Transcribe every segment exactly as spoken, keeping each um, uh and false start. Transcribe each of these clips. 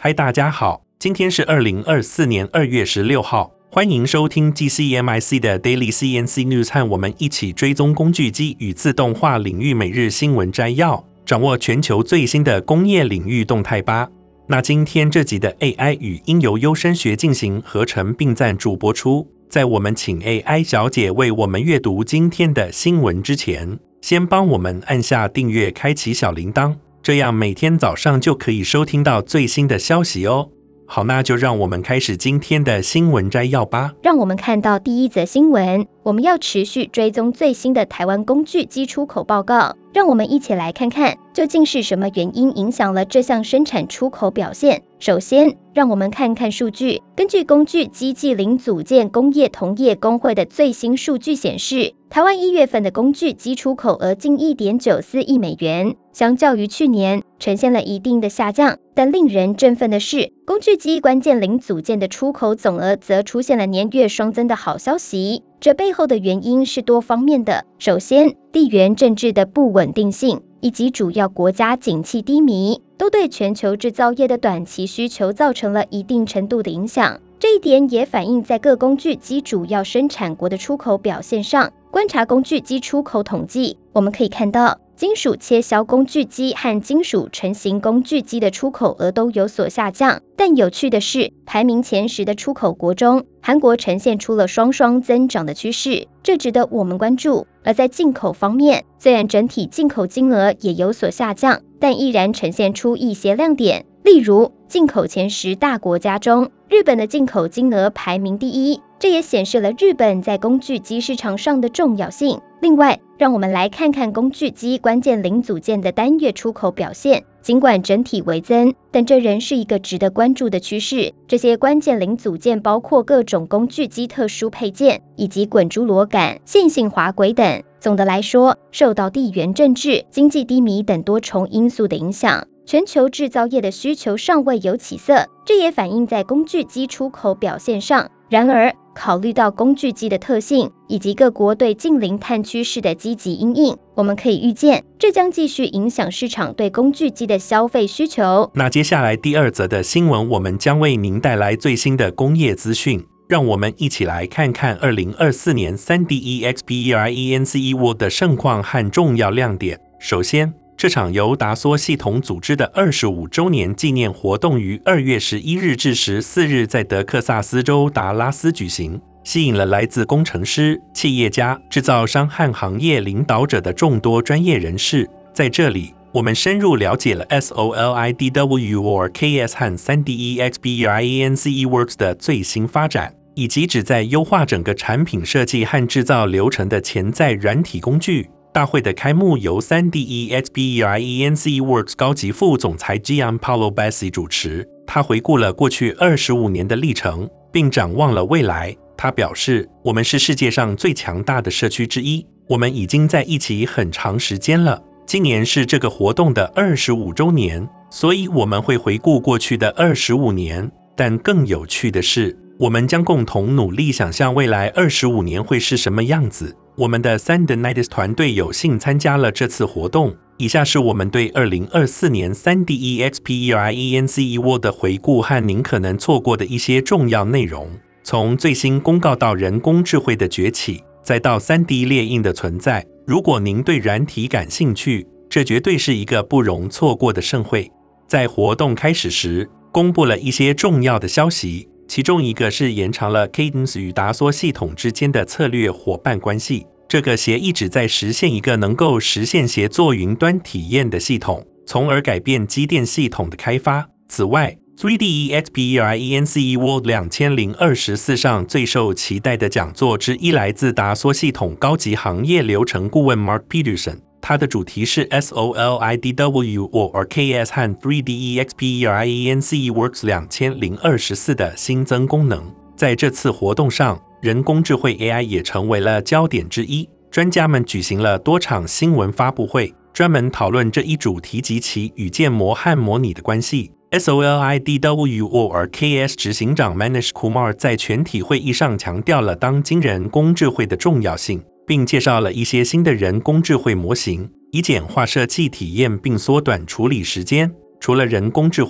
嗨，大家好，今天是二零二四年二月十六号，欢迎收听 G C M I C 的 Daily C N C News， 和我们一起追踪工具机与自动化领域每日新闻摘要，掌握全球最新的工业领域动态吧。那今天这集的 A I 语音由优声学进行合成并赞助播出。在我们请 A I 小姐为我们阅读今天的新闻之前，先帮我们按下订阅，开启小铃铛，这样每天早上就可以收听到最新的消息哦。好，那就让我们开始今天的新闻摘要吧。 让我们看到第一则新闻，我们要持续追踪最新的台湾工具机出口报告。让我们一起来看看，究竟是什么原因影响了这项生产出口表现。首先，让我们看看数据。根据工具机暨零组件工业同业工会的最新数据显示，台湾一月份的工具机出口额近 一点九四亿美元，相较于去年呈现了一定的下降。但令人振奋的是，工具机关键零组件的出口总额则出现了年月双增的好消息。这背后的原因是多方面的。首先，地缘政治的不稳定性以及主要国家景气低迷，都对全球制造业的短期需求造成了一定程度的影响。这一点也反映在各工具机主要生产国的出口表现上。观察工具机出口统计，我们可以看到，金属切削工具机和金属成型工具机的出口额都有所下降。但有趣的是，排名前十的出口国中，韩国呈现出了双双增长的趋势，这值得我们关注。而在进口方面，虽然整体进口金额也有所下降，但依然呈现出一些亮点。例如，进口前十大国家中，日本的进口金额排名第一，这也显示了日本在工具机市场上的重要性。另外，让我们来看看工具机关键零组件的单月出口表现。尽管整体微增，但这仍是一个值得关注的趋势。这些关键零组件包括各种工具机特殊配件，以及滚珠螺杆、线性滑轨等。总的来说，受到地缘政治、经济低迷等多重因素的影响，全球制造业的需求尚未有起色，这也反映在工具机出口表现上。然而，考虑到工具机的特性以及各国对近零碳趋势的积极因应，我们可以预见，这将继续影响市场对工具机的消费需求。 那接下来第二则的新闻，我们将为您带来最新的工业资讯。让我们一起来看看二零二四年 三 D E X P E R E N C E World 的盛况和重要亮点。首先，这场由达缩系统组织的二十五周年纪念活动于二月十一日至十四日在德克萨斯州达拉斯举行，吸引了来自工程师、企业家、制造商和行业领导者的众多专业人士。在这里，我们深入了解了 S O L I D W or K S 和 三 D E X P E R E N C E Works 的最新发展，以及旨在优化整个产品设计和制造流程的潜在软体工具。大会的开幕由 三 D E X P E R E N C E Works 高级副总裁 Gianpaolo Bassi 主持。他回顾了过去二十五年的历程，并展望了未来。他表示，我们是世界上最强大的社区之一，我们已经在一起很长时间了。今年是这个活动的二十五周年，所以我们会回顾过去的二十五年。但更有趣的是，我们将共同努力想象未来二十五年会是什么样子。我们的 Sandinitis 团队有幸参加了这次活动。以下是我们对二零二四年 三 D E X P E R E N C E World 的回顾和您可能错过的一些重要内容。从最新公告到人工智慧的崛起，再到 三 D 列印的存在，如果您对软体感兴趣，这绝对是一个不容错过的盛会。在活动开始时，公布了一些重要的消息，其中一个是延长了 Cadence 与达缩系统之间的策略伙伴关系。这个协议旨在实现一个能够实现协作云端体验的系统，从而改变机电系统的开发。此外， 三 D E X P E R E N C E World 二零二四上最受期待的讲座之一来自达缩系统高级行业流程顾问 Mark Peterson， 他的主题是 S O L I D W or K S 和 三 D E X P E R E N C E Works 二零二四的新增功能。在这次活动上，人工智慧 A I 也成为了焦点之一。专家们举行了多场新闻发布会，专门讨论这一主题及其与建模和模拟的关系。S O L I D W or K S 执行长 Manish Kumar 在全体会议上强调了当今人工智慧的重要性，并介绍了一些新的人工智慧模型，以简化设计体验并缩短处理时间。除了人工智慧，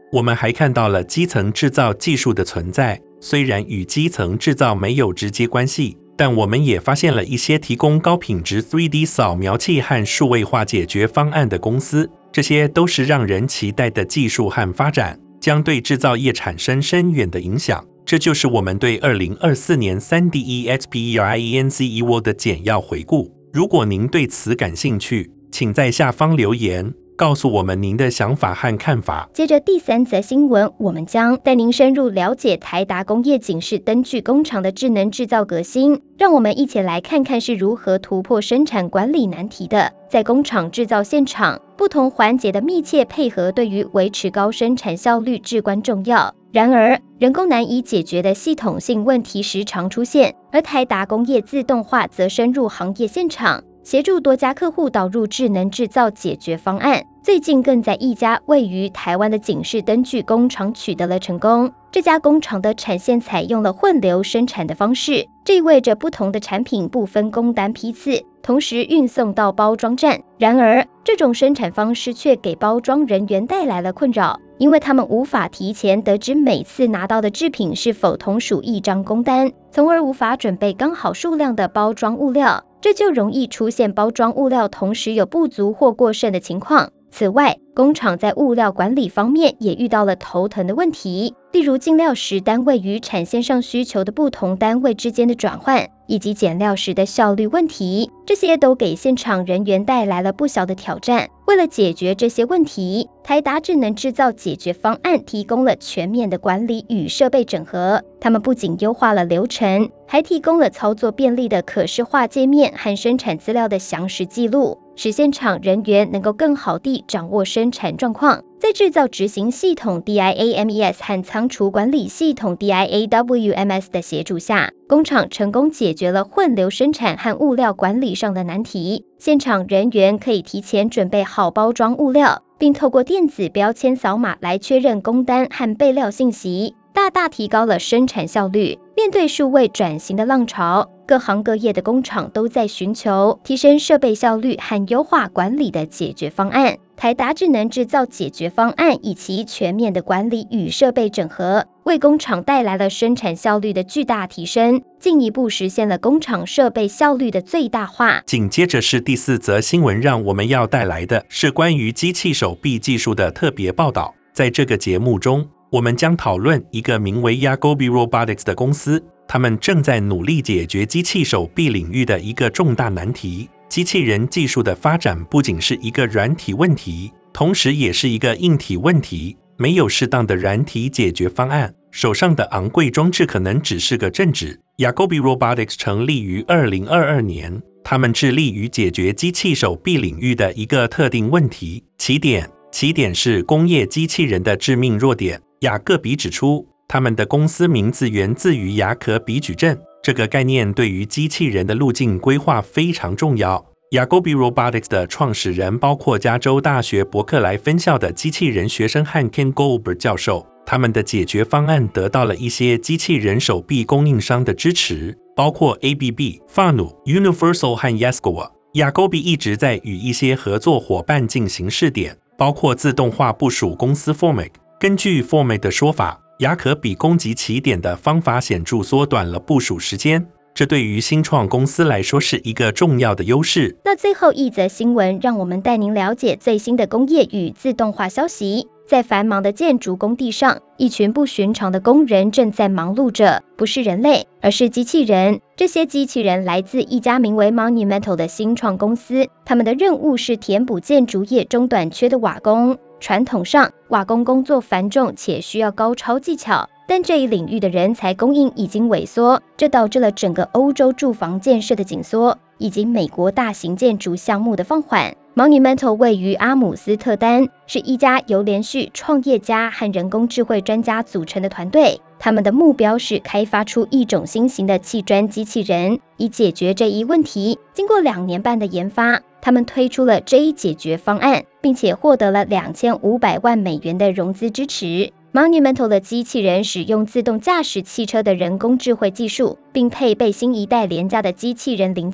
我们还看到了基层制造技术的存在，虽然与基层制造没有直接关系，但我们也发现了一些提供高品质 三 D 扫描器和数位化解决方案的公司，这些都是让人期待的技术和发展，将对制造业产生深远的影响。这就是我们对二零二四年 三 D E X P E R I E N C E W O 的简要回顾。如果您对此感兴趣，请在下方留言，告诉我们您的想法和看法。 接着第三则新闻，我们将带您深入了解台达工业警示灯具工厂的智能制造革新。让我们一起来看看是如何突破生产管理难题的。在工厂制造现场，不同环节的密切配合对于维持高生产效率至关重要。然而，人工难以解决的系统性问题时常出现，而台达工业自动化则深入行业现场，协助多家客户导入智能制造解决方案。最近更在一家位于台湾的警示灯具工厂取得了成功。这家工厂的产线采用了混流生产的方式，这意味着不同的产品不分工单批次，同时运送到包装站。然而，这种生产方式却给包装人员带来了困扰，因为他们无法提前得知每次拿到的制品是否同属一张工单，从而无法准备刚好数量的包装物料，这就容易出现包装物料同时有不足或过剩的情况。此外，工厂在物料管理方面也遇到了头疼的问题，例如进料时单位与产线上需求的不同单位之间的转换，以及减料时的效率问题，这些都给现场人员带来了不小的挑战。为了解决这些问题，台达智能制造解决方案提供了全面的管理与设备整合。他们不仅优化了流程，还提供了操作便利的可视化界面和生产资料的详实记录，使现场人员能够更好地掌握生产状况。在制造执行系统 D I A M E S 和仓储管理系统 D I A W M S 的协助下，工厂成功解决了混流生产和物料管理上的难题。现场人员可以提前准备好包装物料，并透过电子标签扫码来确认工单和备料信息，大大提高了生产效率。面对数位转型的浪潮，各行各业的工厂都在寻求提升设备效率和优化管理的解决方案。台达智能制造解决方案以其全面的管理与设备整合，为工厂带来了生产效率的巨大提升，进一步实现了工厂设备效率的最大化。 紧接着是第四则新闻，让我们要带来的是关于机器手臂技术的特别报道。在这个节目中，我们将讨论一个名为 Yagobi Robotics 的公司，他们正在努力解决机器手臂领域的一个重大难题。机器人技术的发展不仅是一个软体问题，同时也是一个硬体问题。没有适当的软体解决方案，手上的昂贵装置可能只是个镇纸。Yagobi Robotics 成立于二零二二年，他们致力于解决机器手臂领域的一个特定问题。起点起点是工业机器人的致命弱点。雅各比指出，他们的公司名字源自于雅可比矩阵，这个概念对于机器人的路径规划非常重要。Yagobi Robotics 的创始人包括加州大学伯克莱分校的机器人学生和 Ken Goldberg 教授，他们的解决方案得到了一些机器人手臂供应商的支持，包括 A B B、Fanuc、Universal 和 Yaskawa。Yagobi 一直在与一些合作伙伴进行试点，包括自动化部署公司 Formic。根据 Formic 的说法，雅可比攻击起点的方法显著缩短了部署时间，这对于新创公司来说是一个重要的优势。 那最后一则新闻，让我们带您了解最新的工业与自动化消息。在繁忙的建筑工地上，一群不寻常的工人正在忙碌着，不是人类，而是机器人。这些机器人来自一家名为 Monumental 的新创公司，他们的任务是填补建筑业中短缺的瓦工。传统上，瓦工工作繁重且需要高超技巧，但这一领域的人才供应已经萎缩，这导致了整个欧洲住房建设的紧缩，以及美国大型建筑项目的放缓。Monumental 位于阿姆斯特丹，是一家由连续创业家和人工智慧专家组成的团队。他们的目标是开发出一种新型的砌砖机器人，以解决这一问题。经过两年半的研发，他们推出了这一解决方案，并且获得了两千五百万美元的融资支持。Monumental 的机器人使用自动驾驶汽车的人工智慧技术，并配备新一代廉价的机器人零件，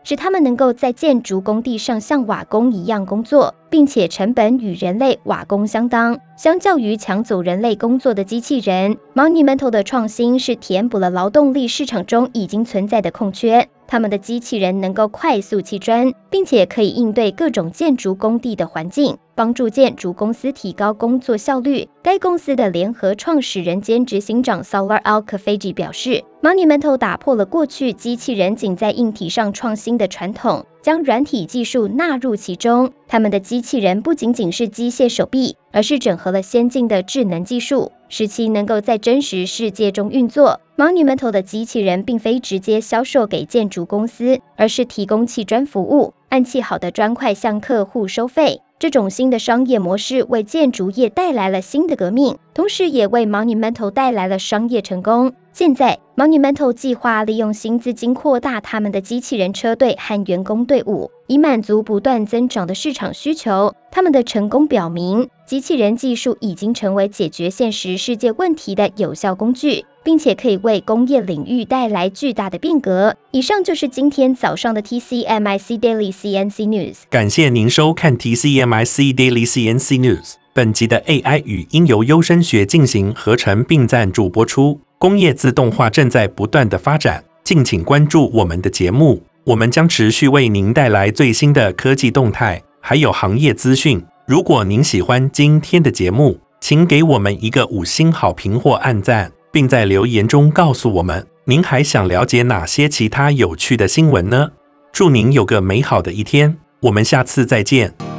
使他们能够在建筑工地上像瓦工一样工作，并且成本与人类瓦工相当。相较于抢走人类工作的机器人， Monumental 的创新是填补了劳动力市场中已经存在的空缺。他们的机器人能够快速砌砖，并且可以应对各种建筑工地的环境，帮助建筑公司提高工作效率。该公司的联合创始人兼执行长 Salar Al-Khafaji 表示 ，Monumental 打破了过去机器人仅在硬体上创新的传统，将软体技术纳入其中。他们的机器人不仅仅是机械手臂，而是整合了先进的智能技术，使其能够在真实世界中运作。Monumental 的机器人并非直接销售给建筑公司，而是提供砌砖服务，按砌好的砖块向客户收费。这种新的商业模式为建筑业带来了新的革命，同时也为 Monumental 带来了商业成功。现在 Monumental 计划利用新资金扩大他们的机器人车队和员工队伍，以满足不断增长的市场需求。他们的成功表明，机器人技术已经成为解决现实世界问题的有效工具，并且可以为工业领域带来巨大的变革。以上就是今天早上的 T C M I C Daily C N C News。 感谢您收看 T C M I C Daily C N C News。本集的 A I 语音由优声学进行合成并赞助播出。工业自动化正在不断的发展，敬请关注我们的节目，我们将持续为您带来最新的科技动态，还有行业资讯。如果您喜欢今天的节目，请给我们一个五星好评或按赞，并在留言中告诉我们，您还想了解哪些其他有趣的新闻呢？祝您有个美好的一天，我们下次再见。